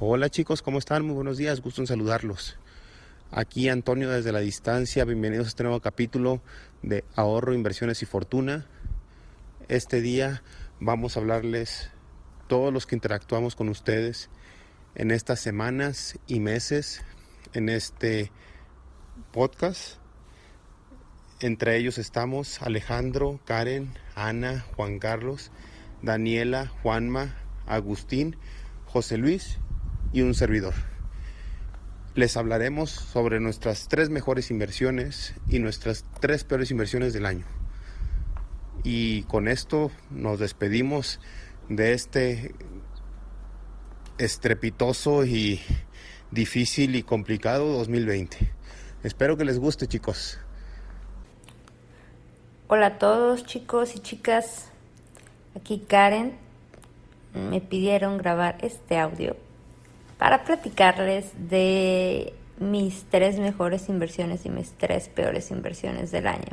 Hola chicos, ¿cómo están? Muy buenos días, gusto en saludarlos. Aquí Antonio desde la distancia, bienvenidos a este nuevo capítulo de Ahorro, Inversiones y Fortuna. Este día vamos a hablarles todos los que interactuamos con ustedes en estas semanas y meses en este podcast. Entre ellos estamos Alejandro, Karen, Ana, Juan Carlos, Daniela, Juanma, Agustín, José Luis y un servidor. Les hablaremos sobre nuestras 3 mejores inversiones y nuestras 3 peores inversiones del año. Y con esto nos despedimos de este estrepitoso y difícil y complicado 2020. Espero que les guste, chicos. Hola a todos, chicos y chicas. Aquí Karen. Me pidieron grabar este audio para platicarles de mis 3 mejores inversiones y mis 3 peores inversiones del año.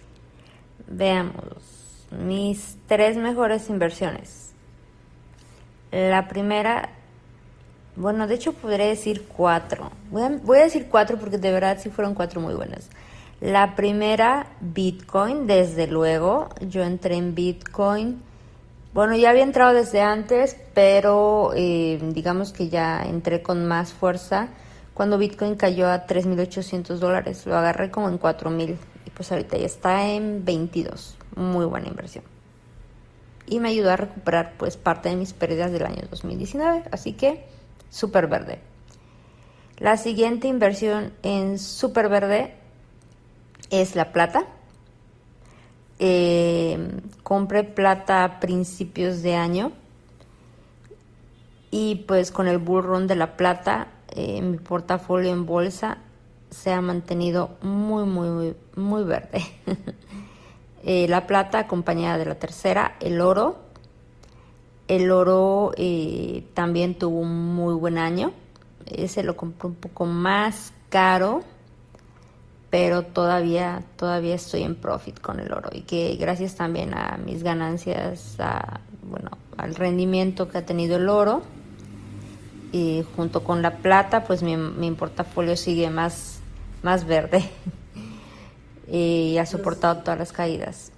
Veamos, mis 3 mejores inversiones. La primera, de hecho podría decir 4. Voy a decir 4 porque de verdad sí fueron 4 muy buenas. La primera, Bitcoin, desde luego. Yo entré en Bitcoin. Ya había entrado desde antes, pero digamos que ya entré con más fuerza cuando Bitcoin cayó a $3,800. Lo agarré como en 4,000 y pues ahorita ya está en 22. Muy buena inversión. Y me ayudó a recuperar pues parte de mis pérdidas del año 2019, así que súper verde. La siguiente inversión en súper verde es la plata. Compré plata a principios de año y pues con el bull run de la plata mi portafolio en bolsa se ha mantenido muy verde. La plata acompañada de la tercera, el oro también tuvo un muy buen año. Ese lo compré un poco más caro, pero todavía estoy en profit con el oro y que gracias también a mis ganancias, al rendimiento que ha tenido el oro y junto con la plata, pues mi portafolio sigue más verde y ha soportado todas las caídas.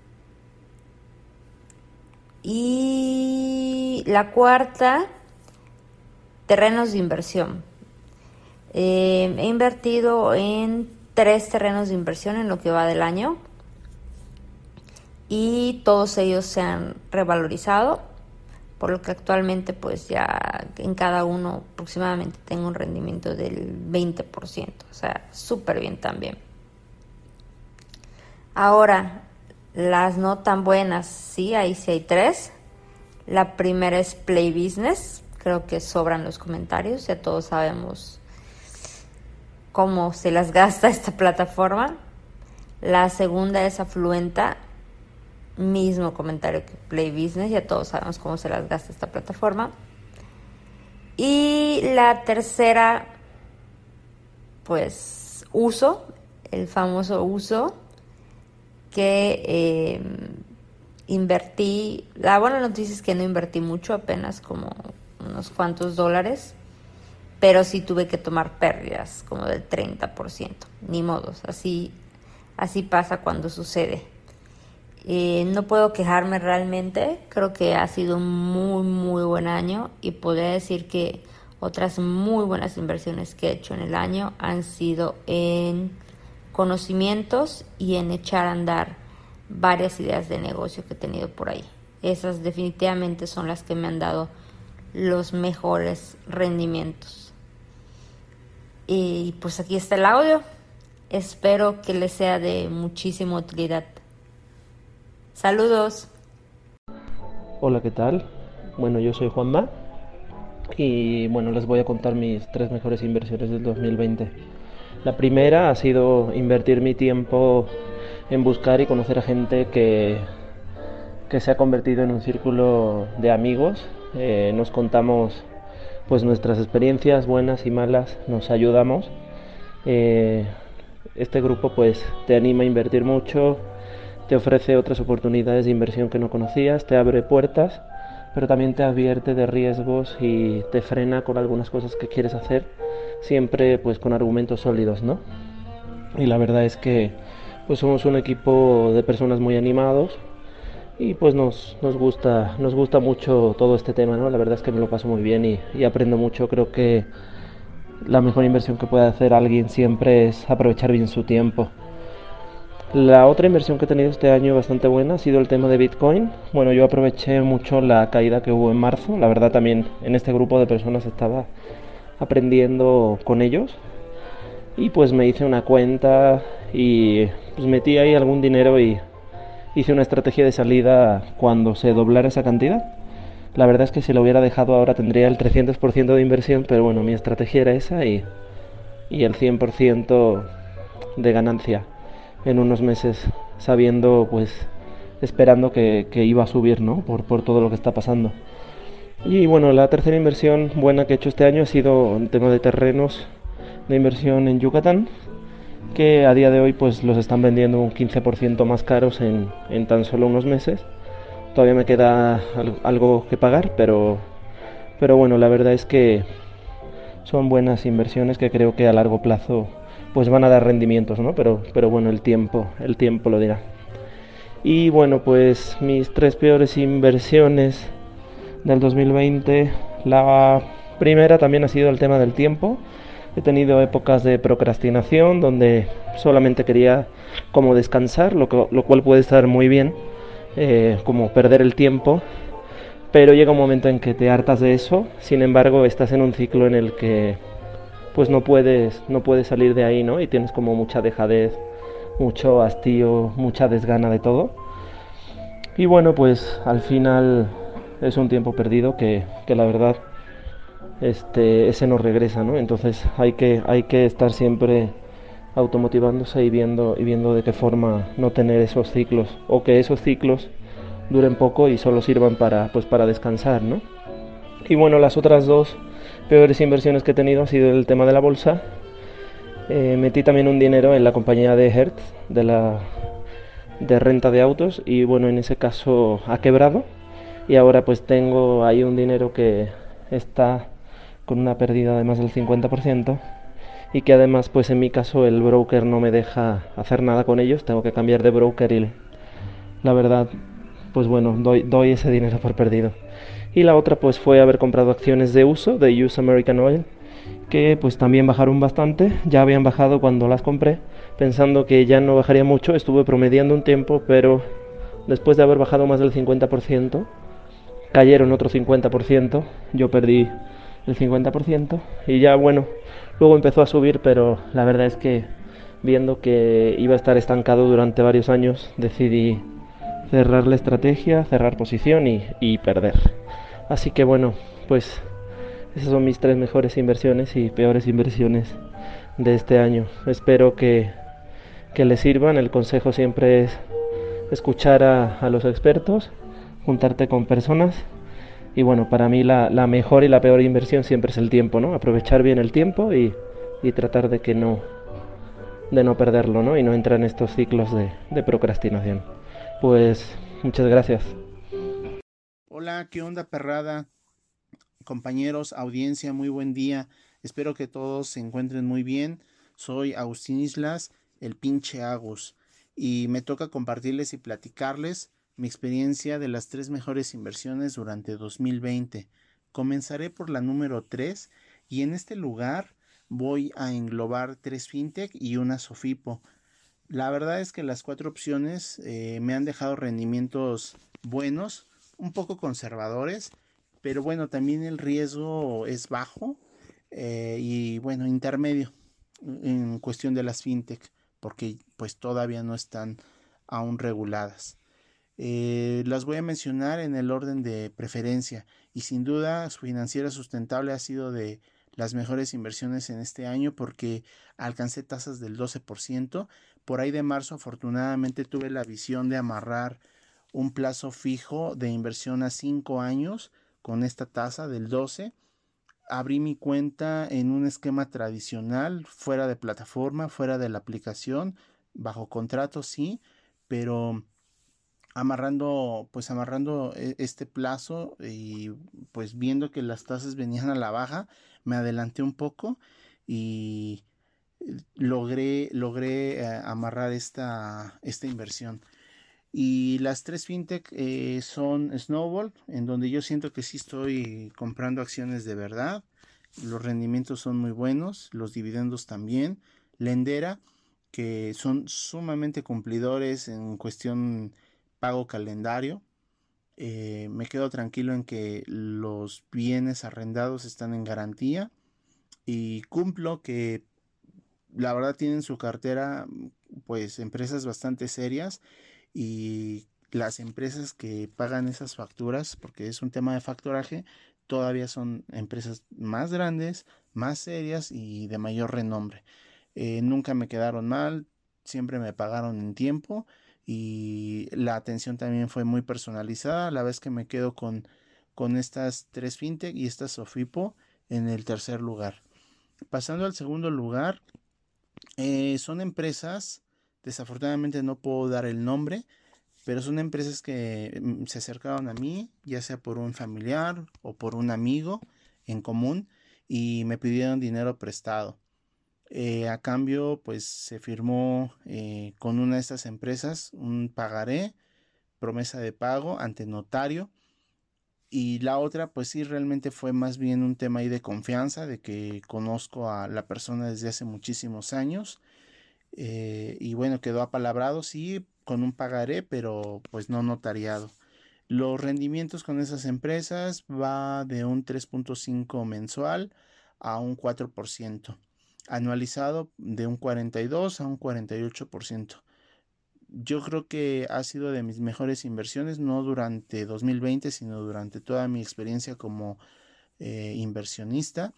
Y la cuarta, terrenos de inversión. He invertido en 3 terrenos de inversión en lo que va del año y todos ellos se han revalorizado, por lo que actualmente pues ya en cada uno aproximadamente tengo un rendimiento del 20%, o sea, súper bien también. Ahora, las no tan buenas, sí hay 3. La primera es Play Business, creo que sobran los comentarios, ya todos sabemos cómo se las gasta esta plataforma. La segunda es Afluenta, mismo comentario que Play Business, ya todos sabemos cómo se las gasta esta plataforma. Y la tercera, pues Uso, el famoso Uso, que invertí. La buena noticia es que no invertí mucho, apenas como unos cuantos dólares, pero sí tuve que tomar pérdidas como del 30%. Ni modos, así pasa cuando sucede. No puedo quejarme realmente, creo que ha sido un muy buen año y podría decir que otras muy buenas inversiones que he hecho en el año han sido en conocimientos y en echar a andar varias ideas de negocio que he tenido por ahí. Esas definitivamente son las que me han dado los mejores rendimientos. Y pues aquí está el audio. Espero que les sea de muchísima utilidad. Saludos. Hola, ¿qué tal? Yo soy Juanma y les voy a contar mis 3 mejores inversiones del 2020. La primera ha sido invertir mi tiempo en buscar y conocer a gente que se ha convertido en un círculo de amigos. Nos contamos pues nuestras experiencias buenas y malas, nos ayudamos. Este grupo pues te anima a invertir mucho, te ofrece otras oportunidades de inversión que no conocías, te abre puertas pero también te advierte de riesgos y te frena con algunas cosas que quieres hacer, siempre pues con argumentos sólidos, ¿no? Y la verdad es que pues somos un equipo de personas muy animados y pues nos gusta mucho todo este tema, ¿no? La verdad es que me lo paso muy bien y aprendo mucho. Creo que la mejor inversión que puede hacer alguien siempre es aprovechar bien su tiempo. La otra inversión que he tenido este año bastante buena ha sido el tema de Bitcoin. Bueno, yo aproveché mucho la caída que hubo en marzo. La verdad también en este grupo de personas estaba aprendiendo con ellos. Y pues me hice una cuenta y pues metí ahí algún dinero y hice una estrategia de salida cuando se doblara esa cantidad. La verdad es que si lo hubiera dejado ahora tendría el 300% de inversión, pero bueno, mi estrategia era esa y el 100% de ganancia en unos meses, sabiendo, pues, esperando que iba a subir, ¿no? Por todo lo que está pasando. Y bueno, la tercera inversión buena que he hecho este año ha sido en tema de terrenos de inversión en Yucatán, que a día de hoy pues los están vendiendo un 15% más caros en tan solo unos meses. Todavía me queda algo que pagar, pero bueno, la verdad es que son buenas inversiones que creo que a largo plazo pues van a dar rendimientos, ¿no? Pero bueno, el tiempo lo dirá. Y bueno, pues mis tres peores inversiones del 2020, la primera también ha sido el tema del tiempo. He tenido épocas de procrastinación donde solamente quería como descansar, lo cual puede estar muy bien, como perder el tiempo, pero llega un momento en que te hartas de eso. Sin embargo, estás en un ciclo en el que pues no puedes salir de ahí, ¿no? Y tienes como mucha dejadez, mucho hastío, mucha desgana de todo. Y bueno, pues al final es un tiempo perdido que la verdad ese no regresa, ¿no? Entonces hay que estar siempre automotivándose y viendo de qué forma no tener esos ciclos o que esos ciclos duren poco y solo sirvan pues para descansar, ¿no? Y bueno, las otras dos peores inversiones que he tenido ha sido el tema de la bolsa. Metí también un dinero en la compañía de Hertz, de renta de autos, y bueno, en ese caso ha quebrado y ahora pues tengo ahí un dinero que está con una pérdida de más del 50% y que además pues en mi caso el broker no me deja hacer nada con ellos, tengo que cambiar de broker y la verdad pues bueno, doy ese dinero por perdido. Y la otra pues fue haber comprado acciones de uso, de Use American Oil, que pues también bajaron bastante, ya habían bajado cuando las compré, pensando que ya no bajaría mucho, estuve promediando un tiempo, pero después de haber bajado más del 50%, cayeron otro 50%, yo perdí el 50% y ya bueno, luego empezó a subir, pero la verdad es que viendo que iba a estar estancado durante varios años, decidí cerrar la estrategia, cerrar posición y perder. Así que bueno, pues esas son mis tres mejores inversiones y peores inversiones de este año. Espero que les sirvan. El consejo siempre es escuchar a los expertos, juntarte con personas. Y bueno, para mí la mejor y la peor inversión siempre es el tiempo, ¿no? Aprovechar bien el tiempo y tratar de no perderlo, ¿no? Y no entrar en estos ciclos de procrastinación. Pues muchas gracias. Hola, ¿qué onda, perrada? Compañeros, audiencia, muy buen día. Espero que todos se encuentren muy bien. Soy Agustín Islas, el pinche Agus, y me toca compartirles y platicarles mi experiencia de las tres mejores inversiones durante 2020. Comenzaré por la número 3 y en este lugar voy a englobar tres fintech y una Sofipo. La verdad es que las cuatro opciones me han dejado rendimientos buenos, un poco conservadores, pero bueno, también el riesgo es bajo y bueno, intermedio en cuestión de las fintech, porque pues todavía no están aún reguladas. Las voy a mencionar en el orden de preferencia y sin duda su financiera sustentable ha sido de las mejores inversiones en este año porque alcancé tasas del 12%. Por ahí de marzo afortunadamente tuve la visión de amarrar un plazo fijo de inversión a 5 años con esta tasa del 12. Abrí mi cuenta en un esquema tradicional, fuera de plataforma, fuera de la aplicación, bajo contrato sí, pero amarrando este plazo y pues viendo que las tasas venían a la baja, me adelanté un poco y logré amarrar esta inversión. Y las tres fintech son Snowball, en donde yo siento que sí estoy comprando acciones de verdad. Los rendimientos son muy buenos, los dividendos también. Lendera, que son sumamente cumplidores en cuestión pago calendario. Me quedo tranquilo en que los bienes arrendados están en garantía y cumplo que la verdad tienen su cartera pues empresas bastante serias y las empresas que pagan esas facturas, porque es un tema de factoraje, todavía son empresas más grandes, más serias y de mayor renombre. Nunca me quedaron mal, siempre me pagaron en tiempo y la atención también fue muy personalizada. A la vez que me quedo con estas tres fintech y esta Sofipo en el tercer lugar. Pasando al segundo lugar, son empresas, desafortunadamente no puedo dar el nombre, pero son empresas que se acercaron a mí, ya sea por un familiar o por un amigo en común, y me pidieron dinero prestado. A cambio, pues se firmó con una de estas empresas un pagaré, promesa de pago ante notario. Y la otra, pues sí, realmente fue más bien un tema ahí de confianza, de que conozco a la persona desde hace muchísimos años. Y bueno, quedó apalabrado, sí, con un pagaré, pero pues no notariado. Los rendimientos con esas empresas va de un 3.5 mensual a un 4%, anualizado de un 42 a un 48%. Yo creo que ha sido de mis mejores inversiones, no durante 2020, sino durante toda mi experiencia como inversionista.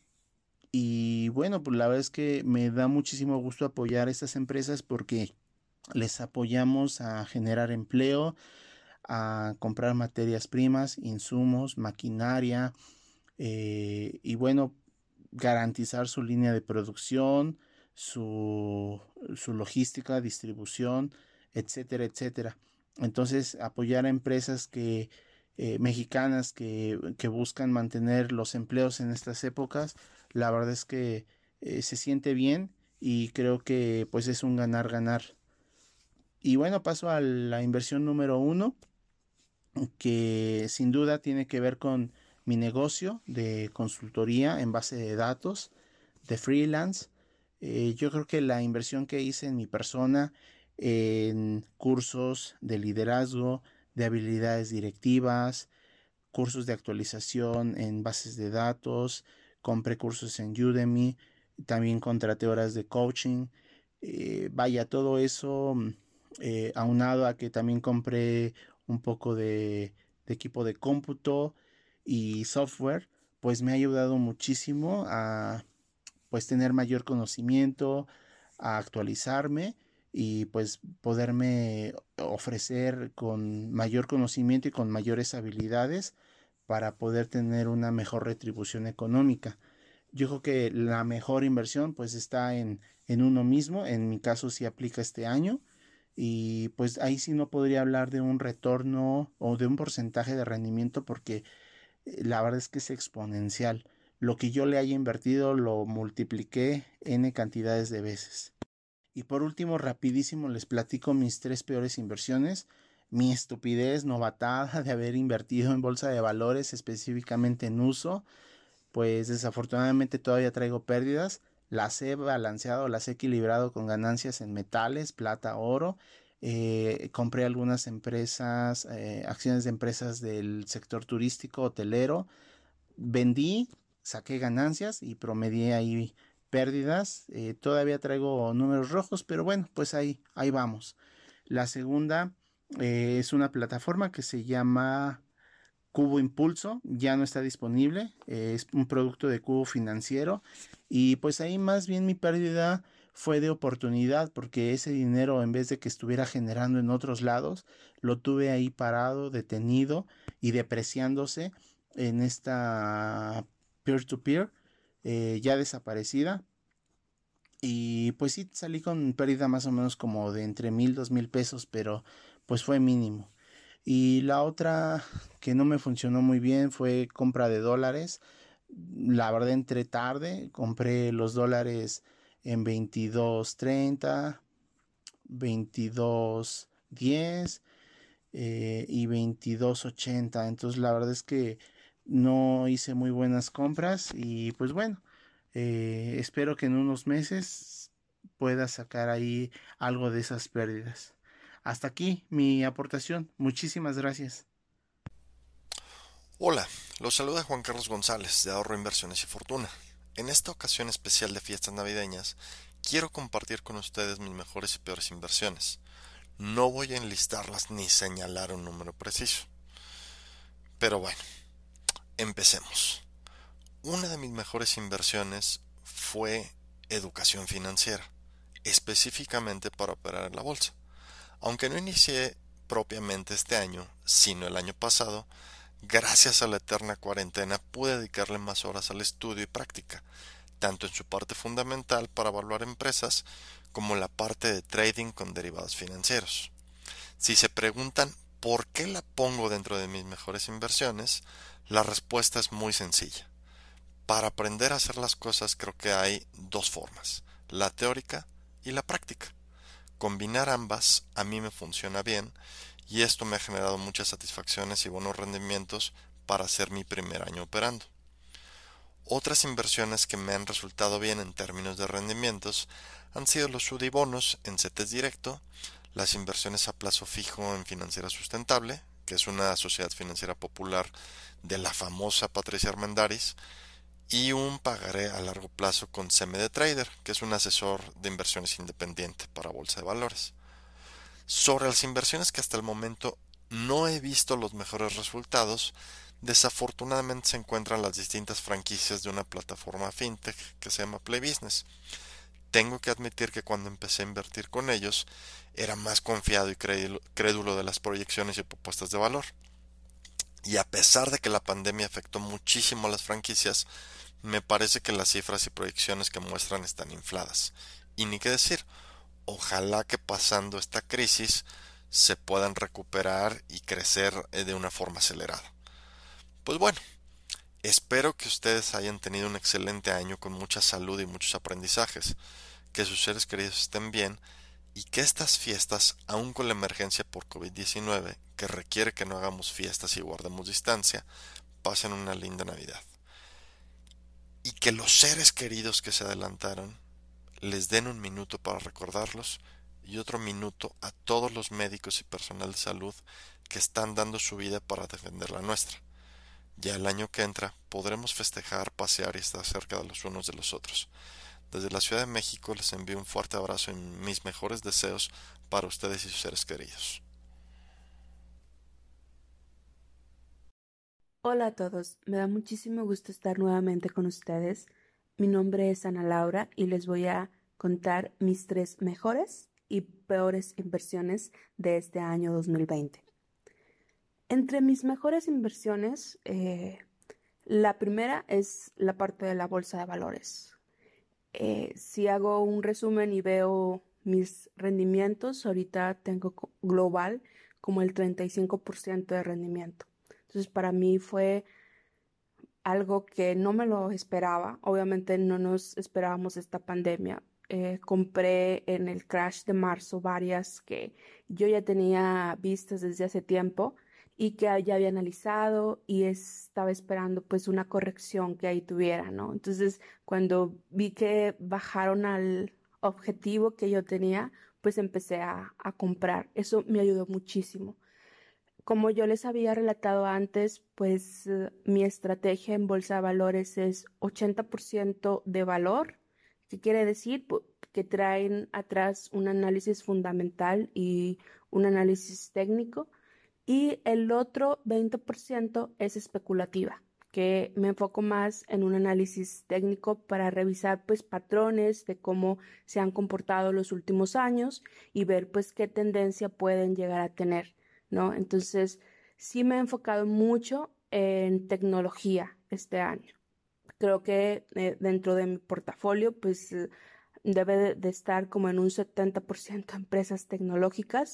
Y bueno, pues la verdad es que me da muchísimo gusto apoyar a estas empresas porque les apoyamos a generar empleo, a comprar materias primas, insumos, maquinaria, y bueno, garantizar su línea de producción, su, su logística, distribución, etcétera, etcétera. Entonces, apoyar a empresas mexicanas que buscan mantener los empleos en estas épocas, la verdad es que se siente bien y creo que pues es un ganar-ganar. Y bueno, paso a la inversión número uno, que sin duda tiene que ver con mi negocio de consultoría en base de datos, de freelance. Yo creo que la inversión que hice en mi persona, en cursos de liderazgo, de habilidades directivas, cursos de actualización en bases de datos, compré cursos en Udemy, también contraté horas de coaching. Vaya, todo eso aunado a que también compré un poco de equipo de cómputo y software, pues me ha ayudado muchísimo a pues tener mayor conocimiento, a actualizarme y pues poderme ofrecer con mayor conocimiento y con mayores habilidades para poder tener una mejor retribución económica. Yo creo que la mejor inversión pues está en uno mismo, en mi caso sí aplica este año y pues ahí sí no podría hablar de un retorno o de un porcentaje de rendimiento porque la verdad es que es exponencial. Lo que yo le haya invertido lo multipliqué n cantidades de veces. Y por último, rapidísimo, les platico mis tres peores inversiones. Mi estupidez novatada de haber invertido en bolsa de valores, específicamente en uso, pues desafortunadamente todavía traigo pérdidas. Las he balanceado, las he equilibrado con ganancias en metales, plata, oro. Compré algunas empresas, acciones de empresas del sector turístico, hotelero. Vendí, saqué ganancias y promedié ahí pérdidas. Todavía traigo números rojos, pero bueno, pues ahí vamos. La segunda es una plataforma que se llama Cubo Impulso, ya no está disponible, es un producto de Cubo Financiero y pues ahí más bien mi pérdida fue de oportunidad porque ese dinero en vez de que estuviera generando en otros lados, lo tuve ahí parado, detenido y depreciándose en esta peer-to-peer ya desaparecida. Y pues sí, salí con pérdida más o menos como de entre 1,000, 2,000 pesos, pero pues fue mínimo. Y la otra que no me funcionó muy bien fue compra de dólares. La verdad entré tarde, compré los dólares en 22.30, 22.10 y 22.80. Entonces la verdad es que no hice muy buenas compras y pues bueno, espero que en unos meses pueda sacar ahí algo de esas pérdidas. Hasta aquí mi aportación. Muchísimas gracias. Hola, los saluda Juan Carlos González de Ahorro Inversiones y Fortuna. En esta ocasión especial de fiestas navideñas, quiero compartir con ustedes mis mejores y peores inversiones. No voy a enlistarlas ni señalar un número preciso. Pero bueno, empecemos. Una de mis mejores inversiones fue educación financiera, específicamente para operar en la bolsa. Aunque no inicié propiamente este año, sino el año pasado, gracias a la eterna cuarentena pude dedicarle más horas al estudio y práctica, tanto en su parte fundamental para evaluar empresas como en la parte de trading con derivados financieros. Si se preguntan por qué la pongo dentro de mis mejores inversiones, la respuesta es muy sencilla. Para aprender a hacer las cosas creo que hay dos formas, la teórica y la práctica. Combinar ambas a mí me funciona bien y esto me ha generado muchas satisfacciones y buenos rendimientos para ser mi primer año operando. Otras inversiones que me han resultado bien en términos de rendimientos han sido los bonos en CETES Directo, las inversiones a plazo fijo en Financiera Sustentable, que es una sociedad financiera popular de la famosa Patricia Armendariz, y un pagaré a largo plazo con CMD Trader, que es un asesor de inversiones independiente para bolsa de valores. Sobre las inversiones que hasta el momento no he visto los mejores resultados, desafortunadamente se encuentran las distintas franquicias de una plataforma fintech que se llama Play Business. Tengo que admitir que cuando empecé a invertir con ellos era más confiado y crédulo de las proyecciones y propuestas de valor. Y a pesar de que la pandemia afectó muchísimo a las franquicias, me parece que las cifras y proyecciones que muestran están infladas. Y ni qué decir, ojalá que pasando esta crisis se puedan recuperar y crecer de una forma acelerada. Pues bueno, espero que ustedes hayan tenido un excelente año con mucha salud y muchos aprendizajes, que sus seres queridos estén bien y que estas fiestas, aun con la emergencia por COVID-19, que requiere que no hagamos fiestas y guardemos distancia, pasen una linda Navidad. Y que los seres queridos que se adelantaron les den un minuto para recordarlos y otro minuto a todos los médicos y personal de salud que están dando su vida para defender la nuestra. Ya el año que entra podremos festejar, pasear y estar cerca de los unos de los otros. Desde la Ciudad de México les envío un fuerte abrazo y mis mejores deseos para ustedes y sus seres queridos. Hola a todos, me da muchísimo gusto estar nuevamente con ustedes. Mi nombre es Ana Laura y les voy a contar mis 3 mejores y peores inversiones de este año 2020. Entre mis mejores inversiones, la primera es la parte de la bolsa de valores. Si hago un resumen y veo mis rendimientos, ahorita tengo global como el 35% de rendimiento. Entonces para mí fue algo que no me lo esperaba. Obviamente no nos esperábamos esta pandemia. Compré en el crash de marzo varias que yo ya tenía vistas desde hace tiempo y que ya había analizado y estaba esperando pues una corrección que ahí tuviera, ¿no? Entonces cuando vi que bajaron al objetivo que yo tenía, pues empecé a comprar. Eso me ayudó muchísimo. Como yo les había relatado antes, pues mi estrategia en bolsa de valores es 80% de valor, que quiere decir que traen atrás un análisis fundamental y un análisis técnico, y el otro 20% es especulativa, que me enfoco más en un análisis técnico para revisar pues patrones de cómo se han comportado los últimos años y ver pues qué tendencia pueden llegar a tener, ¿no? Entonces, sí me he enfocado mucho en tecnología este año. Creo que dentro de mi portafolio, pues debe de estar como en un 70% empresas tecnológicas.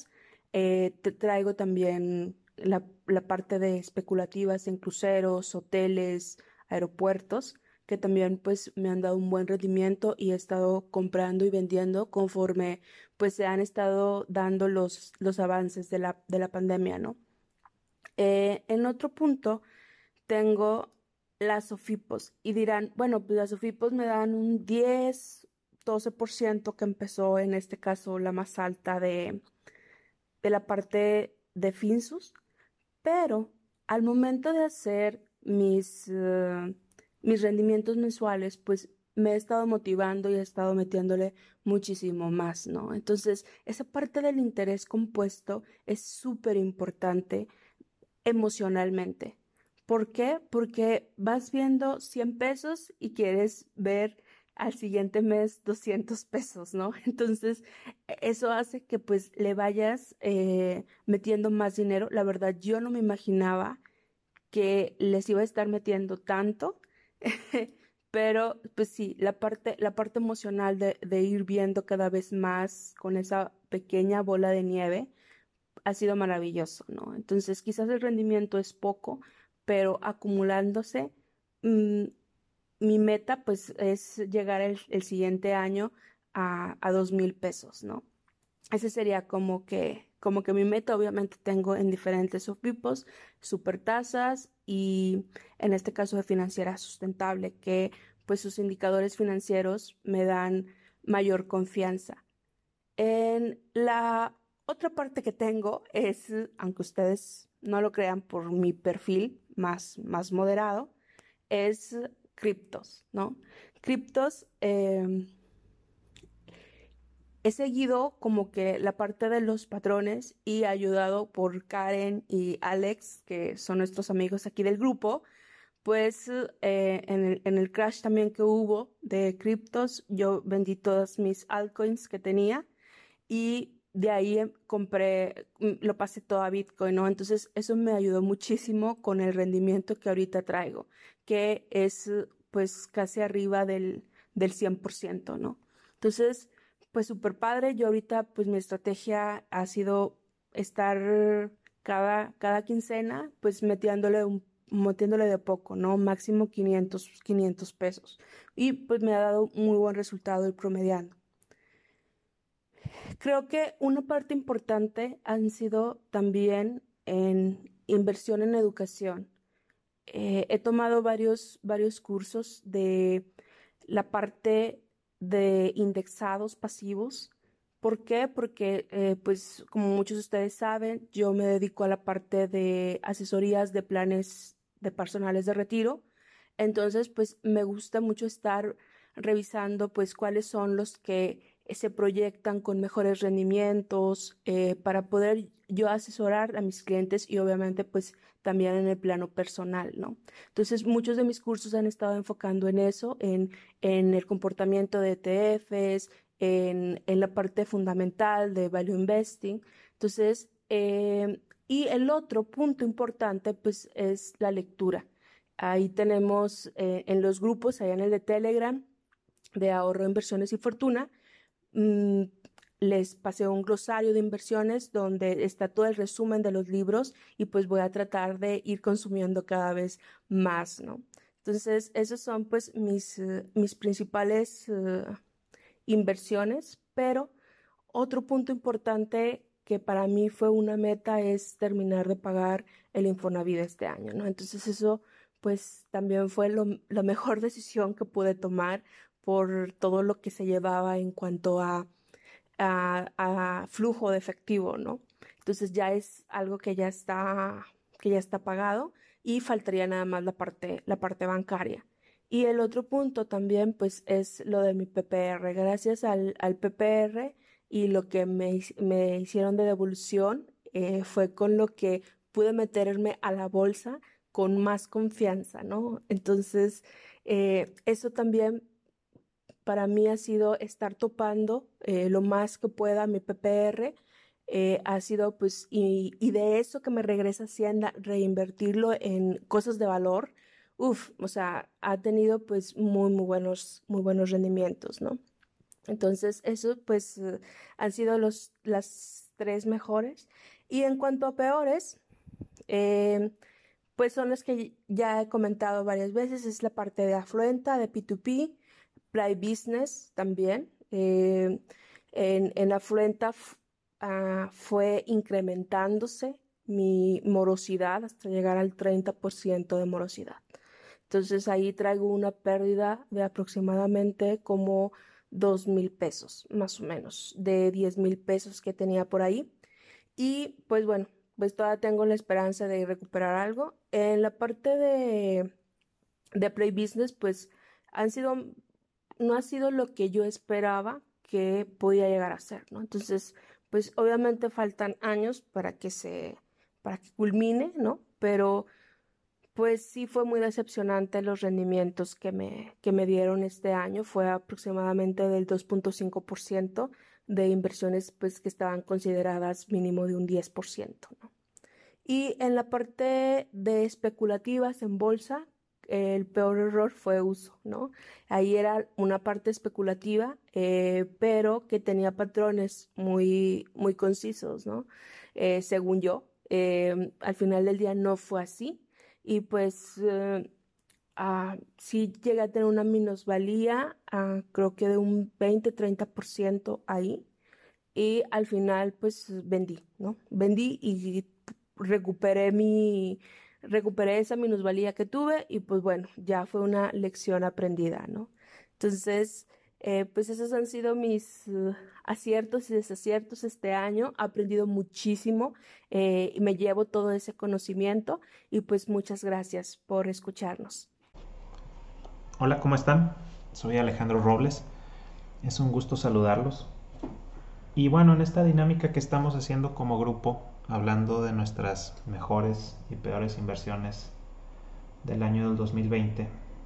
Traigo también la parte de especulativas en cruceros, hoteles, aeropuertos, que también pues me han dado un buen rendimiento y he estado comprando y vendiendo conforme pues se han estado dando los avances de la pandemia, ¿no? En otro punto tengo las SOFIPOS y dirán, bueno, pues las SOFIPOS me dan un 10-12% que empezó en este caso la más alta de la parte de Finsus, pero al momento de hacer mis rendimientos mensuales, pues me he estado motivando y he estado metiéndole muchísimo más, ¿no? Entonces, esa parte del interés compuesto es súper importante emocionalmente. ¿Por qué? Porque vas viendo 100 pesos y quieres ver al siguiente mes 200 pesos, ¿no? Entonces, eso hace que pues le vayas metiendo más dinero. La verdad, yo no me imaginaba que les iba a estar metiendo tanto, pero pues sí, la parte emocional de ir viendo cada vez más con esa pequeña bola de nieve ha sido maravilloso, ¿no? Entonces, quizás el rendimiento es poco, pero acumulándose, mm, mi meta pues es llegar el siguiente año a 2,000 pesos, ¿no? Ese sería como que mi meta. Obviamente tengo en diferentes subtipos, supertasas y en este caso de financiera sustentable, que pues sus indicadores financieros me dan mayor confianza. En la otra parte que tengo es, aunque ustedes no lo crean por mi perfil más moderado, es criptos, ¿no? Criptos, he seguido como que la parte de los patrones y ayudado por Karen y Alex, que son nuestros amigos aquí del grupo, pues en el crash también que hubo de criptos, yo vendí todas mis altcoins que tenía y de ahí compré, lo pasé todo a Bitcoin, ¿no? Entonces eso me ayudó muchísimo con el rendimiento que ahorita traigo, que es pues casi arriba del 100%, ¿no? Entonces, pues súper padre. Yo ahorita pues mi estrategia ha sido estar cada quincena pues metiéndole de poco, ¿no? Máximo 500 pesos. Y pues me ha dado muy buen resultado el promediando. Creo que una parte importante han sido también en inversión en educación. He tomado varios cursos de la parte de indexados pasivos. ¿Por qué? Porque, pues, como muchos de ustedes saben, yo me dedico a la parte de asesorías de planes de personales de retiro. Entonces, pues, me gusta mucho estar revisando, pues, cuáles son los que se proyectan con mejores rendimientos, para poder yo asesorar a mis clientes y obviamente, pues, también en el plano personal, ¿no? Entonces, muchos de mis cursos han estado enfocando en eso, en el comportamiento de ETFs, en la parte fundamental de value investing. Entonces, y el otro punto importante, pues, es la lectura. Ahí tenemos en los grupos, allá en el de Telegram, de ahorro, inversiones y fortuna, mm, les pasé un glosario de inversiones donde está todo el resumen de los libros y pues voy a tratar de ir consumiendo cada vez más, ¿no? Entonces, esos son pues mis principales inversiones, pero otro punto importante que para mí fue una meta es terminar de pagar el Infonavit este año, ¿no? Entonces eso pues también fue la mejor decisión que pude tomar por todo lo que se llevaba en cuanto a flujo de efectivo, ¿no? Entonces ya es algo que ya está pagado y faltaría nada más la parte bancaria. Y el otro punto también, pues, es lo de mi PPR. Gracias al PPR y lo que me hicieron de devolución, fue con lo que pude meterme a la bolsa con más confianza, ¿no? Entonces, eso también para mí ha sido estar topando lo más que pueda mi PPR. Ha sido pues, y de eso que me regresa Hacienda, reinvertirlo en cosas de valor, o sea, ha tenido pues muy buenos rendimientos, ¿no? Entonces, eso pues han sido las tres mejores. Y en cuanto a peores, pues son las que ya he comentado varias veces. Es la parte de Afluenta, de P2P, Play Business también. En Afluenta fue incrementándose mi morosidad hasta llegar al 30% de morosidad. Entonces ahí traigo una pérdida de aproximadamente como 2,000 pesos, más o menos, de 10,000 pesos que tenía por ahí. Y pues bueno, pues todavía tengo la esperanza de recuperar algo. En la parte de Play Business, pues no ha sido lo que yo esperaba que podía llegar a ser, ¿no? Entonces, pues obviamente faltan años para que culmine, ¿no? Pero pues sí fue muy decepcionante los rendimientos que me dieron este año. Fue aproximadamente del 2,5% de inversiones pues que estaban consideradas mínimo de un 10%, ¿no? Y en la parte de especulativas en bolsa, el peor error fue uso, ¿no? Ahí era una parte especulativa, pero que tenía patrones muy, muy concisos, ¿no? Según yo, al final del día no fue así. Y pues sí llegué a tener una minusvalía, creo que de un 20-30% ahí. Y al final pues vendí, ¿no? Vendí y recuperé esa minusvalía que tuve y pues bueno, ya fue una lección aprendida, ¿no? Entonces, pues esos han sido mis aciertos y desaciertos este año. He aprendido muchísimo y me llevo todo ese conocimiento y pues muchas gracias por escucharnos. Hola, ¿cómo están? Soy Alejandro Robles. Es un gusto saludarlos. Y bueno, en esta dinámica que estamos haciendo como grupo, hablando de nuestras mejores y peores inversiones del año del 2020,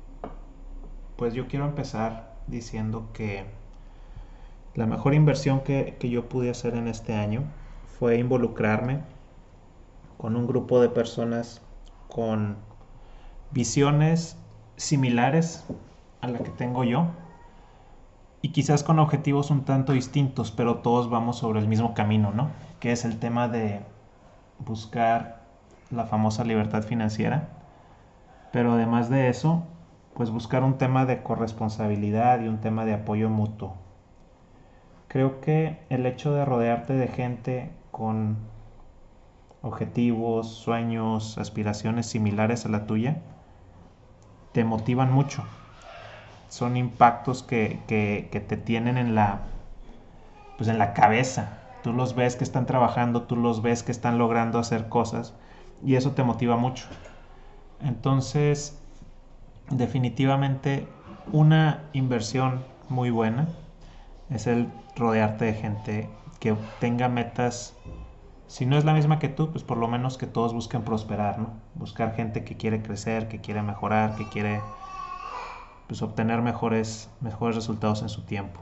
pues yo quiero empezar diciendo que la mejor inversión que yo pude hacer en este año fue involucrarme con un grupo de personas con visiones similares a la que tengo yo y quizás con objetivos un tanto distintos, pero todos vamos sobre el mismo camino, ¿no? Que es el tema de buscar la famosa libertad financiera, pero además de eso, pues buscar un tema de corresponsabilidad y un tema de apoyo mutuo. Creo que el hecho de rodearte de gente con objetivos, sueños, aspiraciones similares a la tuya, te motivan mucho. Son impactos que te tienen en la cabeza. Tú los ves que están trabajando, tú los ves que están logrando hacer cosas y eso te motiva mucho. Entonces, definitivamente una inversión muy buena es el rodearte de gente que tenga metas. Si no es la misma que tú, pues por lo menos que todos busquen prosperar, ¿no? Buscar gente que quiere crecer, que quiere mejorar, que quiere pues obtener mejores resultados en su tiempo.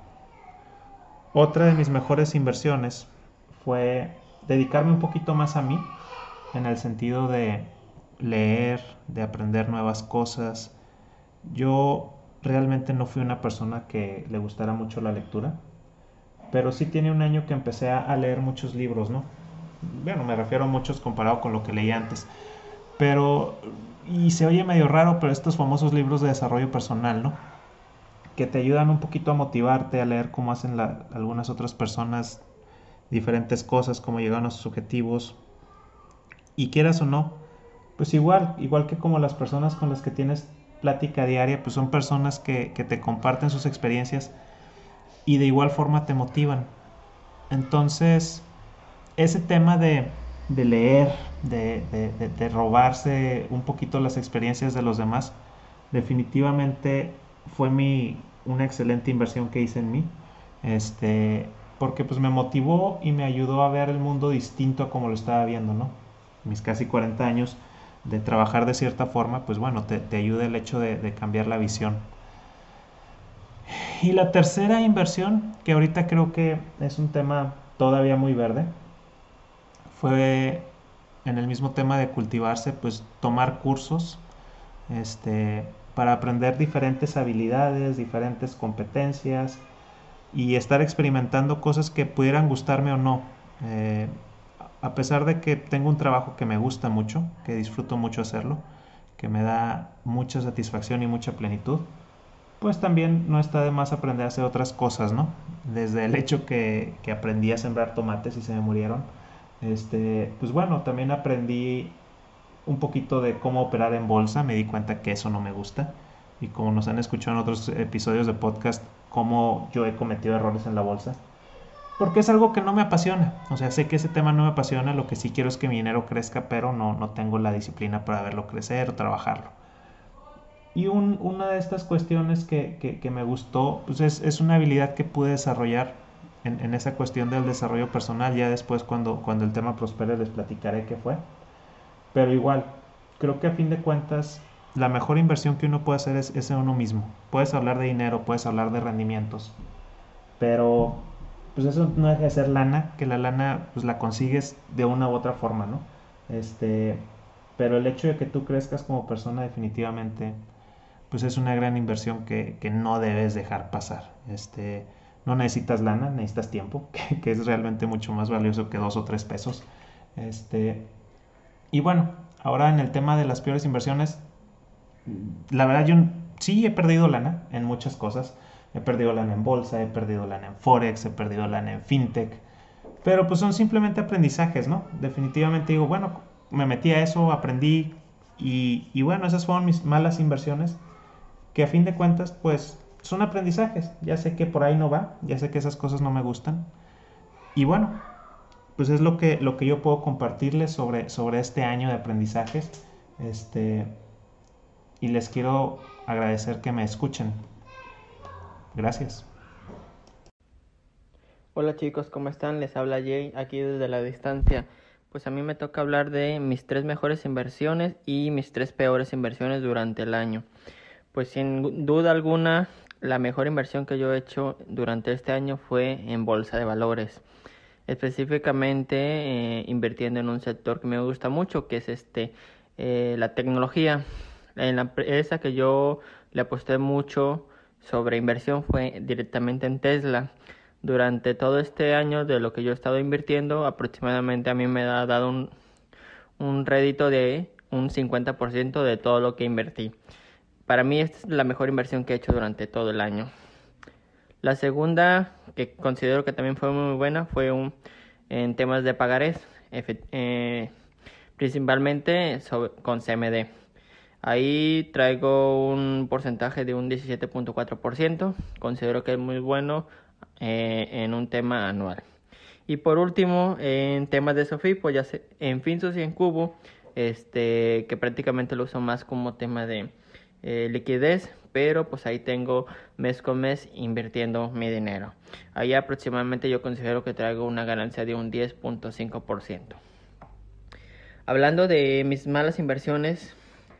Otra de mis mejores inversiones fue dedicarme un poquito más a mí, en el sentido de leer, de aprender nuevas cosas. Yo realmente no fui una persona que le gustara mucho la lectura, pero sí tiene un año que empecé a leer muchos libros, ¿no? Bueno, me refiero a muchos comparado con lo que leía antes. Pero, y se oye medio raro, pero estos famosos libros de desarrollo personal, ¿no? Que te ayudan un poquito a motivarte, a leer cómo hacen algunas otras personas diferentes cosas, cómo llegan a sus objetivos. Y quieras o no, pues igual que como las personas con las que tienes plática diaria, pues son personas que te comparten sus experiencias y de igual forma te motivan. Entonces, ese tema de leer, de robarse un poquito las experiencias de los demás, definitivamente fue una excelente inversión que hice en mí, porque pues me motivó y me ayudó a ver el mundo distinto a como lo estaba viendo, ¿no? Mis casi 40 años de trabajar de cierta forma, pues bueno, te ayuda el hecho de cambiar la visión. Y la tercera inversión, que ahorita creo que es un tema todavía muy verde, fue en el mismo tema de cultivarse, pues tomar cursos para aprender diferentes habilidades, diferentes competencias y estar experimentando cosas que pudieran gustarme o no. A pesar de que tengo un trabajo que me gusta mucho, que disfruto mucho hacerlo, que me da mucha satisfacción y mucha plenitud, pues también no está de más aprender a hacer otras cosas, ¿no? Desde el hecho que aprendí a sembrar tomates y se me murieron, pues bueno, también aprendí un poquito de cómo operar en bolsa, me di cuenta que eso no me gusta. Y como nos han escuchado en otros episodios de podcast, cómo yo he cometido errores en la bolsa. Porque es algo que no me apasiona. O sea, sé que ese tema no me apasiona, lo que sí quiero es que mi dinero crezca, pero no tengo la disciplina para verlo crecer o trabajarlo. Y una de estas cuestiones que me gustó, pues es una habilidad que pude desarrollar en esa cuestión del desarrollo personal. Ya después cuando el tema prospere les platicaré qué fue. Pero igual, creo que a fin de cuentas, la mejor inversión que uno puede hacer es en uno mismo. Puedes hablar de dinero, puedes hablar de rendimientos, pero pues eso no deja de ser lana, que la lana pues la consigues de una u otra forma, ¿no? Este, pero el hecho de que tú crezcas como persona definitivamente pues es una gran inversión que no debes dejar pasar. No necesitas lana, necesitas tiempo, que es realmente mucho más valioso que 2 o 3 pesos. Y bueno, ahora en el tema de las peores inversiones, la verdad yo sí he perdido lana en muchas cosas. He perdido lana en bolsa, he perdido lana en Forex, he perdido lana en FinTech. Pero pues son simplemente aprendizajes, ¿no? Definitivamente digo, bueno, me metí a eso, aprendí y bueno, esas fueron mis malas inversiones que a fin de cuentas pues son aprendizajes. Ya sé que por ahí no va, ya sé que esas cosas no me gustan. Y bueno, pues es lo que yo puedo compartirles sobre este año de aprendizajes. Y les quiero agradecer que me escuchen. Gracias. Hola chicos, ¿cómo están? Les habla Jay aquí desde la distancia. Pues a mí me toca hablar de mis 3 mejores inversiones y mis 3 peores inversiones durante el año. Pues sin duda alguna, la mejor inversión que yo he hecho durante este año fue en bolsa de valores. Específicamente invirtiendo en un sector que me gusta mucho, que es la tecnología. En la empresa que yo le aposté mucho sobre inversión fue directamente en Tesla. Durante todo este año de lo que yo he estado invirtiendo, aproximadamente a mí me ha dado un rédito de un 50% de todo lo que invertí. Para mí esta es la mejor inversión que he hecho durante todo el año. La segunda, que considero que también fue muy buena, fue en temas de pagarés, principalmente con CMD. Ahí traigo un porcentaje de un 17.4%. Considero que es muy bueno en un tema anual. Y por último, en temas de SOFI, pues ya sé, en Finsus y en Cubo, que prácticamente lo uso más como tema de liquidez, pero pues ahí tengo mes con mes invirtiendo mi dinero. Ahí aproximadamente yo considero que traigo una ganancia de un 10.5%. Hablando de mis malas inversiones,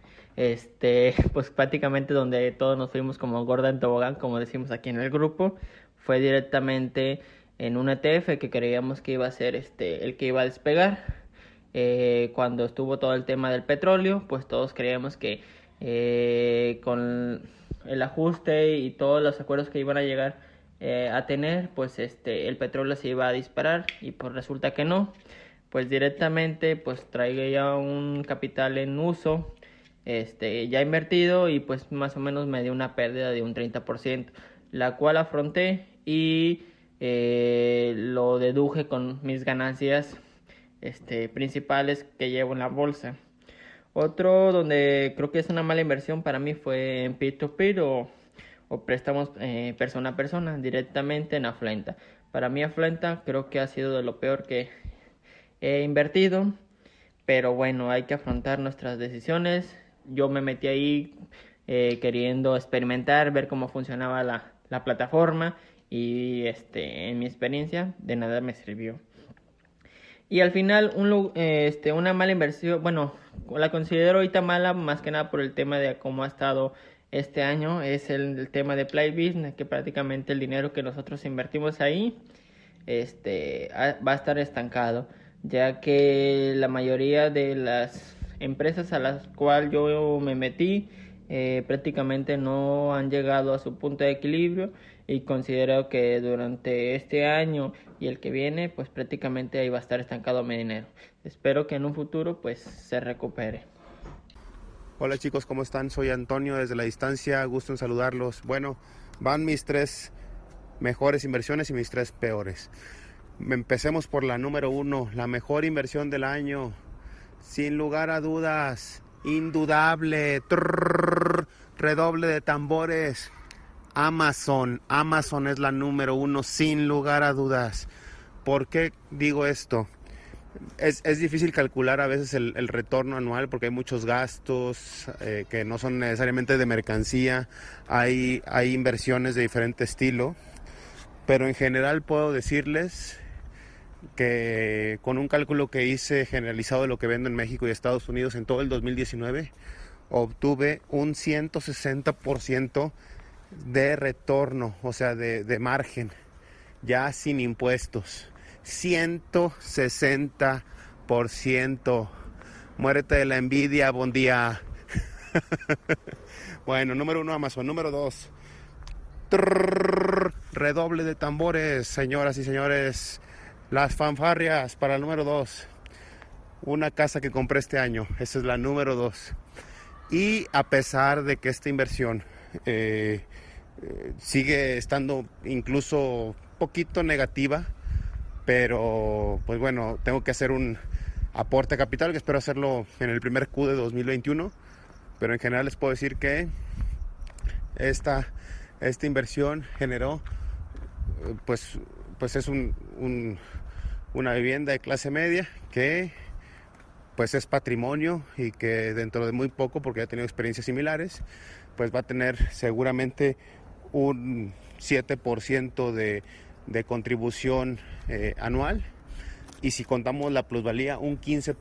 pues prácticamente donde todos nos fuimos como gorda en tobogán, como decimos aquí en el grupo, fue directamente en un ETF que creíamos que iba a ser el que iba a despegar. Cuando estuvo todo el tema del petróleo, pues todos creíamos que con el ajuste y todos los acuerdos que iban a llegar a tener, pues el petróleo se iba a disparar, y pues resulta que no. Pues directamente pues traigo ya un capital en uso ya invertido, y pues más o menos me dio una pérdida de un 30%, la cual afronté y lo deduje con mis ganancias principales que llevo en la bolsa. Otro donde creo que es una mala inversión para mí fue en peer-to-peer o préstamos persona a persona, directamente en Afluenta. Para mí Afluenta creo que ha sido de lo peor que he invertido, pero bueno, hay que afrontar nuestras decisiones. Yo me metí ahí queriendo experimentar, ver cómo funcionaba la plataforma, y en mi experiencia de nada me sirvió. Y al final una mala inversión, bueno, la considero ahorita mala más que nada por el tema de cómo ha estado este año, es el tema de Play Business, que prácticamente el dinero que nosotros invertimos ahí va a estar estancado, ya que la mayoría de las empresas a las cuales yo me metí prácticamente no han llegado a su punto de equilibrio, y considero que durante este año y el que viene pues prácticamente ahí va a estar estancado mi dinero. Espero que en un futuro pues se recupere. Hola chicos, ¿cómo están? Soy Antonio desde la distancia, gusto en saludarlos. Bueno, van mis 3 mejores inversiones y mis 3 peores. Empecemos por la número 1, la mejor inversión del año, sin lugar a dudas, indudable, redoble de tambores, Amazon es la número 1 sin lugar a dudas. ¿Por qué digo esto? Es difícil calcular a veces el retorno anual porque hay muchos gastos que no son necesariamente de mercancía, hay inversiones de diferente estilo, pero en general puedo decirles que con un cálculo que hice generalizado de lo que vendo en México y Estados Unidos en todo el 2019, obtuve un 160% de retorno, o sea, de margen, ya sin impuestos. 160%. Muérete de la envidia, buen día. Bueno, número 1 Amazon. Número 2, redoble de tambores, señoras y señores. Las fanfarrias para el número 2. Una casa que compré este año. Esa es la número 2. Y a pesar de que esta inversión sigue estando incluso poquito negativa, pero pues bueno, tengo que hacer un aporte a capital que espero hacerlo en el primer Q de 2021, pero en general les puedo decir que esta inversión generó pues es una vivienda de clase media que pues es patrimonio y que dentro de muy poco, porque ya he tenido experiencias similares, pues va a tener seguramente un 7% de contribución anual, y si contamos la plusvalía un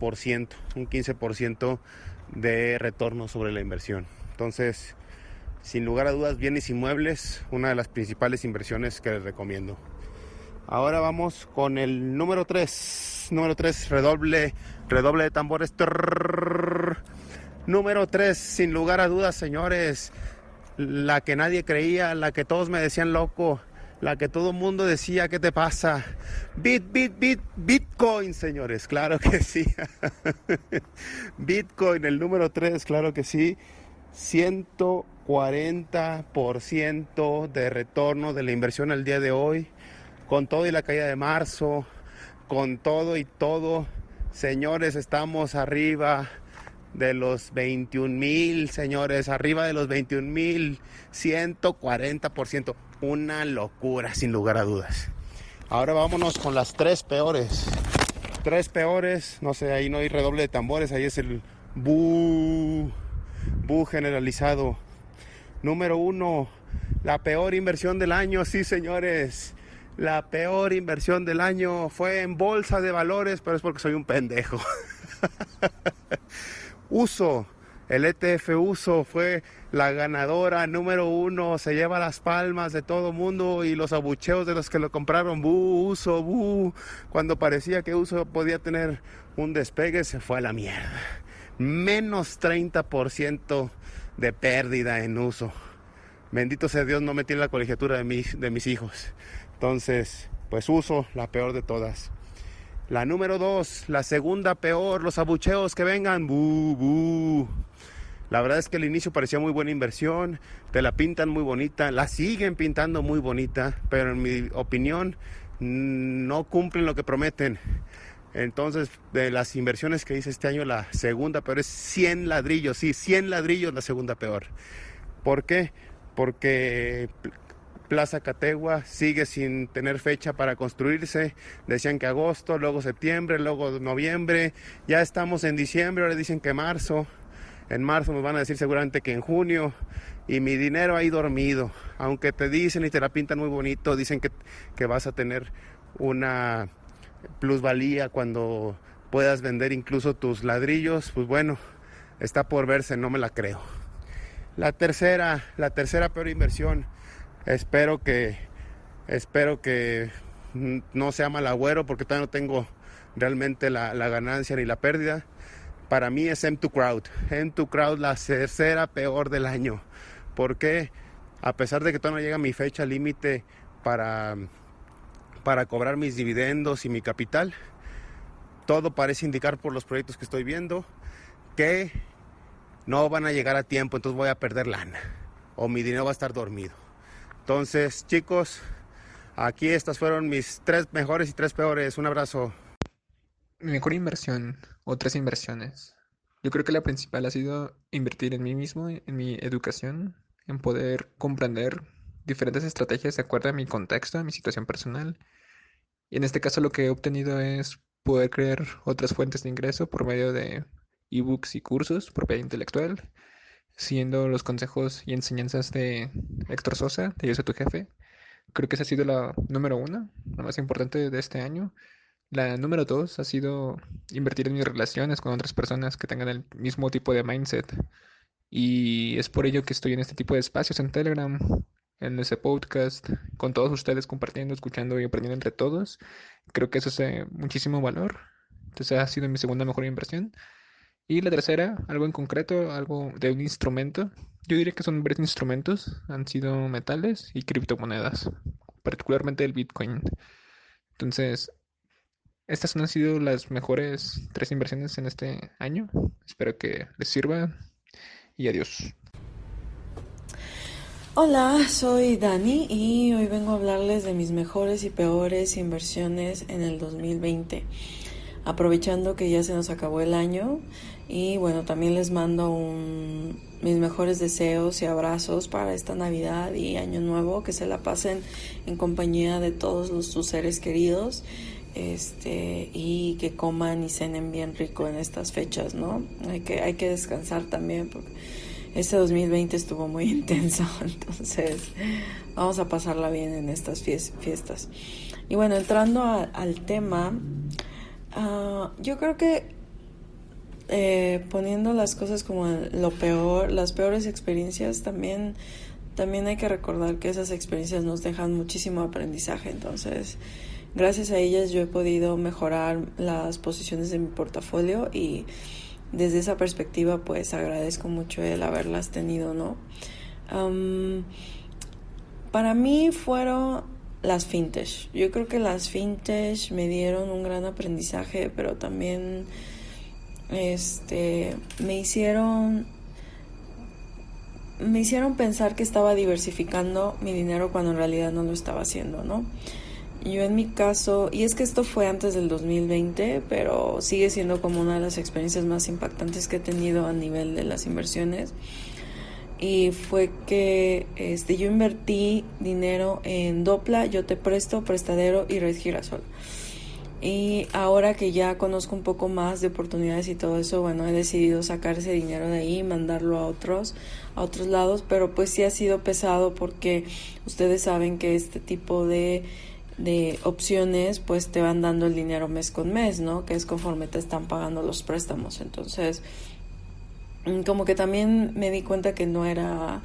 15% de retorno sobre la inversión. Entonces, sin lugar a dudas, bienes inmuebles, una de las principales inversiones que les recomiendo. Ahora vamos con el número 3. Número 3, redoble de tambores. Número 3, sin lugar a dudas, señores, la que nadie creía, la que todos me decían loco, la que todo el mundo decía, ¿qué te pasa? Bitcoin, señores, claro que sí. Bitcoin, el número 3, claro que sí. 140% de retorno de la inversión al día de hoy, con todo y la caída de marzo, con todo y todo, señores, estamos arriba de los 21,000, señores, arriba de los 21,000, 140%, una locura sin lugar a dudas. Ahora vámonos con las 3 peores. 3 peores, no sé, ahí no hay redoble de tambores, ahí es el bu generalizado. Número 1, la peor inversión del año, sí señores, la peor inversión del año fue en bolsa de valores, pero es porque soy un pendejo. Uso, el ETF Uso fue la ganadora número 1, se lleva las palmas de todo mundo y los abucheos de los que lo compraron. Uso, cuando parecía que Uso podía tener un despegue, se fue a la mierda. Menos 30% de pérdida en Uso. Bendito sea Dios, no metí en la colegiatura de mis hijos. Entonces, pues Uso, la peor de todas. La número 2, la segunda peor, los abucheos que vengan. La verdad es que al inicio parecía muy buena inversión, te la pintan muy bonita, la siguen pintando muy bonita, pero en mi opinión no cumplen lo que prometen. Entonces, de las inversiones que hice este año, la segunda peor es 100 ladrillos, sí, 100 ladrillos la segunda peor. ¿Por qué? Porque Plaza Categua sigue sin tener fecha para construirse. Decían que agosto, luego septiembre, luego noviembre. Ya estamos en diciembre, ahora dicen que marzo. En marzo me van a decir seguramente que en junio. Y mi dinero ahí dormido. Aunque te dicen y te la pintan muy bonito, dicen que vas a tener una plusvalía cuando puedas vender incluso tus ladrillos. Pues bueno, está por verse, no me la creo. La tercera peor inversión. Espero que no sea mal agüero, porque todavía no tengo realmente la ganancia ni la pérdida. Para mí es M2Crowd. M2Crowd, la tercera peor del año. ¿Por qué? A pesar de que todavía no llega mi fecha límite para para cobrar mis dividendos y mi capital. Todo parece indicar por los proyectos que estoy viendo que no van a llegar a tiempo, entonces voy a perder lana o mi dinero va a estar dormido. Entonces, chicos, aquí estas fueron mis 3 mejores y 3 peores. Un abrazo. Mi mejor inversión o 3 inversiones. Yo creo que la principal ha sido invertir en mí mismo, en mi educación, en poder comprender diferentes estrategias de acuerdo a mi contexto, a mi situación personal. Y en este caso lo que he obtenido es poder crear otras fuentes de ingreso por medio de ebooks y cursos, propiedad intelectual, siguiendo los consejos y enseñanzas de Héctor Sosa, de Yo Soy Tu Jefe. Creo que esa ha sido la número 1, la más importante de este año. La número 2 ha sido invertir en mis relaciones con otras personas que tengan el mismo tipo de mindset. Y es por ello que estoy en este tipo de espacios en Telegram, en ese podcast, con todos ustedes compartiendo, escuchando y aprendiendo entre todos. Creo que eso es de muchísimo valor. Entonces ha sido mi segunda mejor inversión. Y la tercera, algo en concreto, algo de un instrumento. Yo diría que son varios instrumentos. Han sido metales y criptomonedas, particularmente el Bitcoin. Entonces, estas han sido las mejores 3 inversiones en este año. Espero que les sirva y adiós. Hola, soy Dani y hoy vengo a hablarles de mis mejores y peores inversiones en el 2020. Aprovechando que ya se nos acabó el año y bueno, también les mando mis mejores deseos y abrazos para esta Navidad y Año Nuevo, que se la pasen en compañía de todos sus seres queridos. Y que coman y cenen bien rico en estas fechas, ¿no? Hay que descansar también porque este 2020 estuvo muy intenso, entonces vamos a pasarla bien en estas fiestas. Y bueno, entrando al tema, yo creo que poniendo las cosas como lo peor, las peores experiencias, también hay que recordar que esas experiencias nos dejan muchísimo aprendizaje, entonces gracias a ellas yo he podido mejorar las posiciones de mi portafolio y desde esa perspectiva pues agradezco mucho el haberlas tenido, ¿no? Para mí fueron las fintech. Yo creo que las fintech me dieron un gran aprendizaje, pero también me hicieron pensar que estaba diversificando mi dinero cuando en realidad no lo estaba haciendo, ¿no? Yo en mi caso, y es que esto fue antes del 2020, pero sigue siendo como una de las experiencias más impactantes que he tenido a nivel de las inversiones. Y fue que yo invertí dinero en Dopla, Yo Te Presto, Prestadero y Red Girasol. Y ahora que ya conozco un poco más de oportunidades y todo eso, bueno, he decidido sacar ese dinero de ahí y mandarlo a otros lados, pero pues sí ha sido pesado porque ustedes saben que este tipo de opciones pues te van dando el dinero mes con mes, ¿no? Que es conforme te están pagando los préstamos. Entonces como que también me di cuenta que no era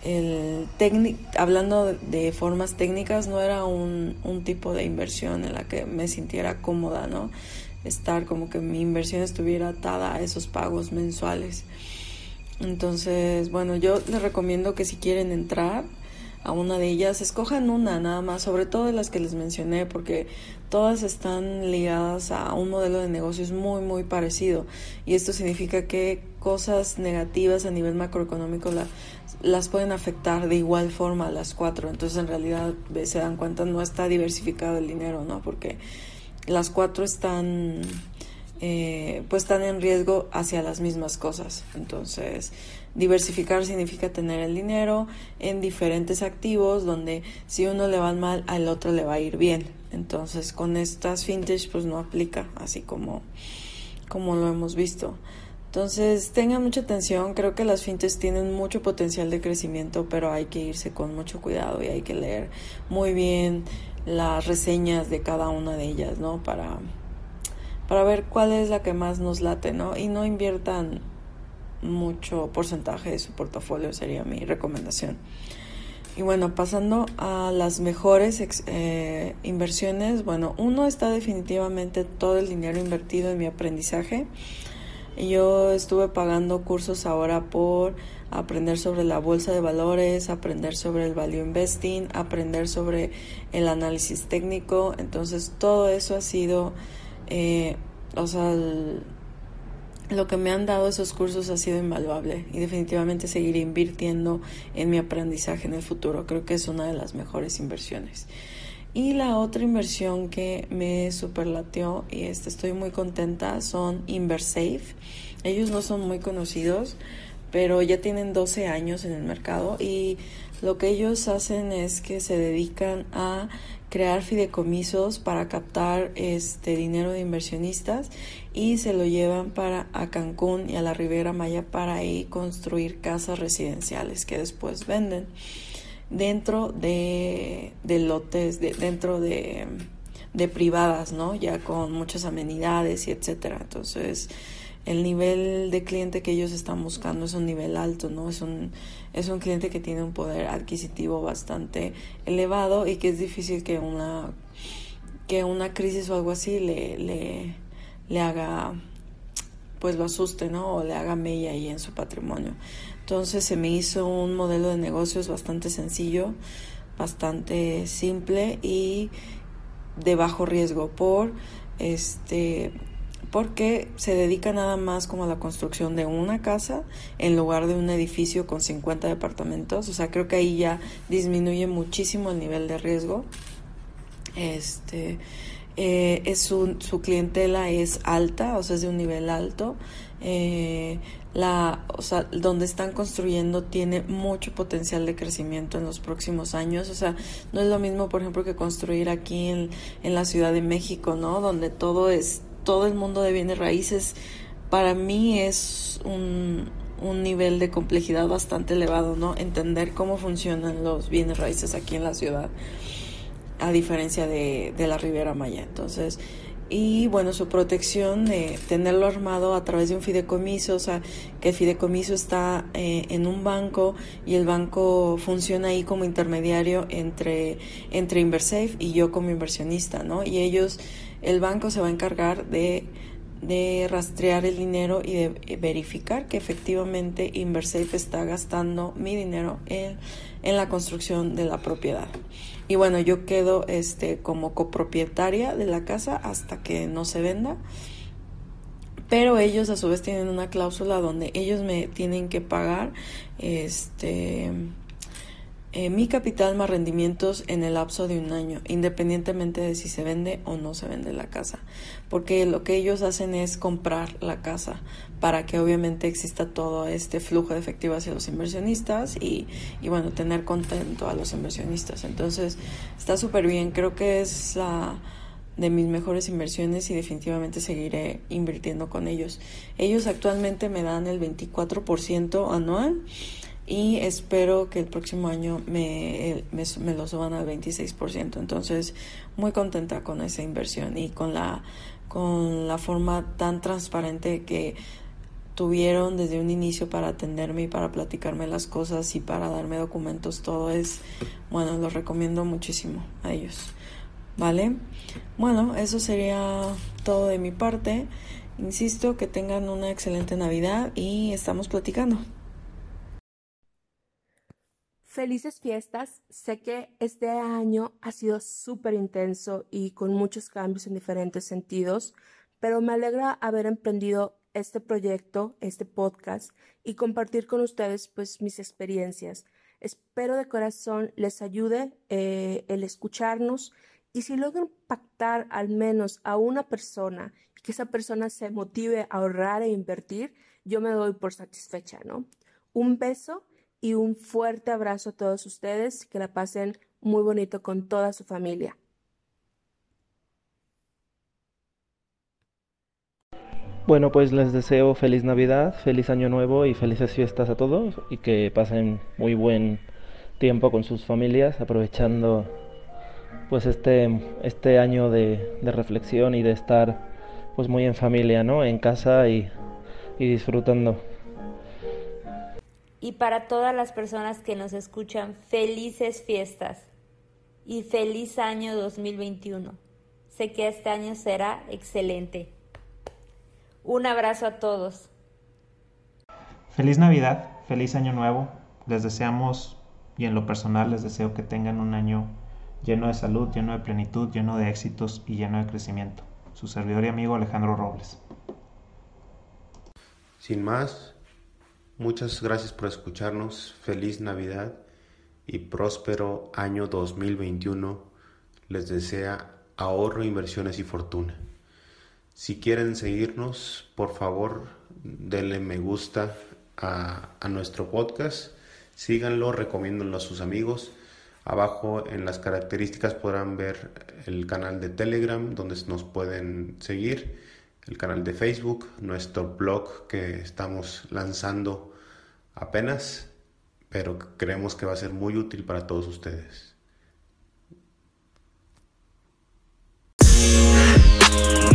hablando de formas técnicas, no era un tipo de inversión en la que me sintiera cómoda, ¿no? Estar como que mi inversión estuviera atada a esos pagos mensuales. Entonces, bueno, yo les recomiendo que si quieren entrar a una de ellas, escojan una nada más, sobre todo de las que les mencioné, porque todas están ligadas a un modelo de negocios muy muy parecido, y esto significa que cosas negativas a nivel macroeconómico las pueden afectar de igual forma a las 4. Entonces en realidad se dan cuenta, no está diversificado el dinero, ¿no? Porque las 4 están están en riesgo hacia las mismas cosas. Entonces diversificar significa tener el dinero en diferentes activos donde si uno le va mal, al otro le va a ir bien. Entonces con estas fintech pues no aplica así como lo hemos visto. Entonces tengan mucha atención, creo que las fintechs tienen mucho potencial de crecimiento, pero hay que irse con mucho cuidado y hay que leer muy bien las reseñas de cada una de ellas, ¿no? Para ver cuál es la que más nos late, ¿no? Y no inviertan mucho porcentaje de su portafolio, sería mi recomendación. Y bueno, pasando a las mejores inversiones, bueno, uno está definitivamente todo el dinero invertido en mi aprendizaje. Yo estuve pagando cursos ahora por aprender sobre la bolsa de valores, aprender sobre el value investing, aprender sobre el análisis técnico. Entonces todo eso ha sido, lo que me han dado esos cursos ha sido invaluable, y definitivamente seguiré invirtiendo en mi aprendizaje en el futuro. Creo que es una de las mejores inversiones. Y la otra inversión que me superlatió y estoy muy contenta son Inversafe. Ellos no son muy conocidos, pero ya tienen 12 años en el mercado, y lo que ellos hacen es que se dedican a crear fideicomisos para captar dinero de inversionistas, y se lo llevan a Cancún y a la Riviera Maya para ahí construir casas residenciales que después venden dentro de lotes, dentro de privadas, ¿no? Ya con muchas amenidades y etcétera. Entonces, el nivel de cliente que ellos están buscando es un nivel alto, ¿no? Es un cliente que tiene un poder adquisitivo bastante elevado, y que es difícil que una crisis o algo así le haga, pues lo asuste, ¿no? O le haga mella ahí en su patrimonio. Entonces se me hizo un modelo de negocios bastante sencillo, bastante simple y de bajo riesgo porque se dedica nada más como a la construcción de una casa en lugar de un edificio con 50 departamentos. O sea, creo que ahí ya disminuye muchísimo el nivel de riesgo. Su clientela es alta, o sea, es de un nivel alto. Donde están construyendo tiene mucho potencial de crecimiento en los próximos años. O sea, no es lo mismo, por ejemplo, que construir aquí en la Ciudad de México, ¿no? Donde todo el mundo de bienes raíces, para mí es un nivel de complejidad bastante elevado, ¿no? Entender cómo funcionan los bienes raíces aquí en la ciudad, a diferencia de la Riviera Maya. Entonces, y bueno, su protección, tenerlo armado a través de un fideicomiso, o sea, que el fideicomiso está en un banco, y el banco funciona ahí como intermediario entre Inversafe y yo como inversionista, ¿no? Y el banco se va a encargar de rastrear el dinero y de verificar que efectivamente Inversafe está gastando mi dinero en la construcción de la propiedad. Y bueno, yo quedo como copropietaria de la casa hasta que no se venda, pero ellos a su vez tienen una cláusula donde ellos me tienen que pagar mi capital más rendimientos en el lapso de un año, independientemente de si se vende o no se vende la casa, porque lo que ellos hacen es comprar la casa para que obviamente exista todo este flujo de efectivo hacia los inversionistas y bueno, tener contento a los inversionistas. Entonces está súper bien, creo que es de mis mejores inversiones, y definitivamente seguiré invirtiendo con ellos. Ellos actualmente me dan el 24% anual, y espero que el próximo año me lo suban al 26%. Entonces, muy contenta con esa inversión y con la forma tan transparente que tuvieron desde un inicio para atenderme y para platicarme las cosas y para darme documentos. Todo bueno, los recomiendo muchísimo a ellos, ¿vale? Bueno, eso sería todo de mi parte. Insisto, que tengan una excelente Navidad y estamos platicando. Felices fiestas. Sé que este año ha sido súper intenso y con muchos cambios en diferentes sentidos, pero me alegra haber emprendido este proyecto, este podcast, y compartir con ustedes pues mis experiencias. Espero de corazón les ayude el escucharnos, y si logran impactar al menos a una persona y que esa persona se motive a ahorrar e invertir, yo me doy por satisfecha, ¿no? Un beso y un fuerte abrazo a todos ustedes, que la pasen muy bonito con toda su familia. Bueno, pues les deseo feliz Navidad, feliz Año Nuevo y felices fiestas a todos, y que pasen muy buen tiempo con sus familias, aprovechando pues este año de reflexión y de estar pues muy en familia, ¿no? En casa y disfrutando. Y para todas las personas que nos escuchan, felices fiestas y feliz año 2021. Sé que este año será excelente. Un abrazo a todos. Feliz Navidad, feliz Año Nuevo. Les deseamos, y en lo personal les deseo que tengan un año lleno de salud, lleno de plenitud, lleno de éxitos y lleno de crecimiento. Su servidor y amigo Alejandro Robles. Sin más, muchas gracias por escucharnos. Feliz Navidad y próspero año 2021. Les desea Ahorro, Inversiones y Fortuna. Si quieren seguirnos, por favor, denle me gusta a nuestro podcast. Síganlo, recomiéndenlo a sus amigos. Abajo en las características podrán ver el canal de Telegram donde nos pueden seguir, el canal de Facebook, nuestro blog que estamos lanzando apenas, pero creemos que va a ser muy útil para todos ustedes.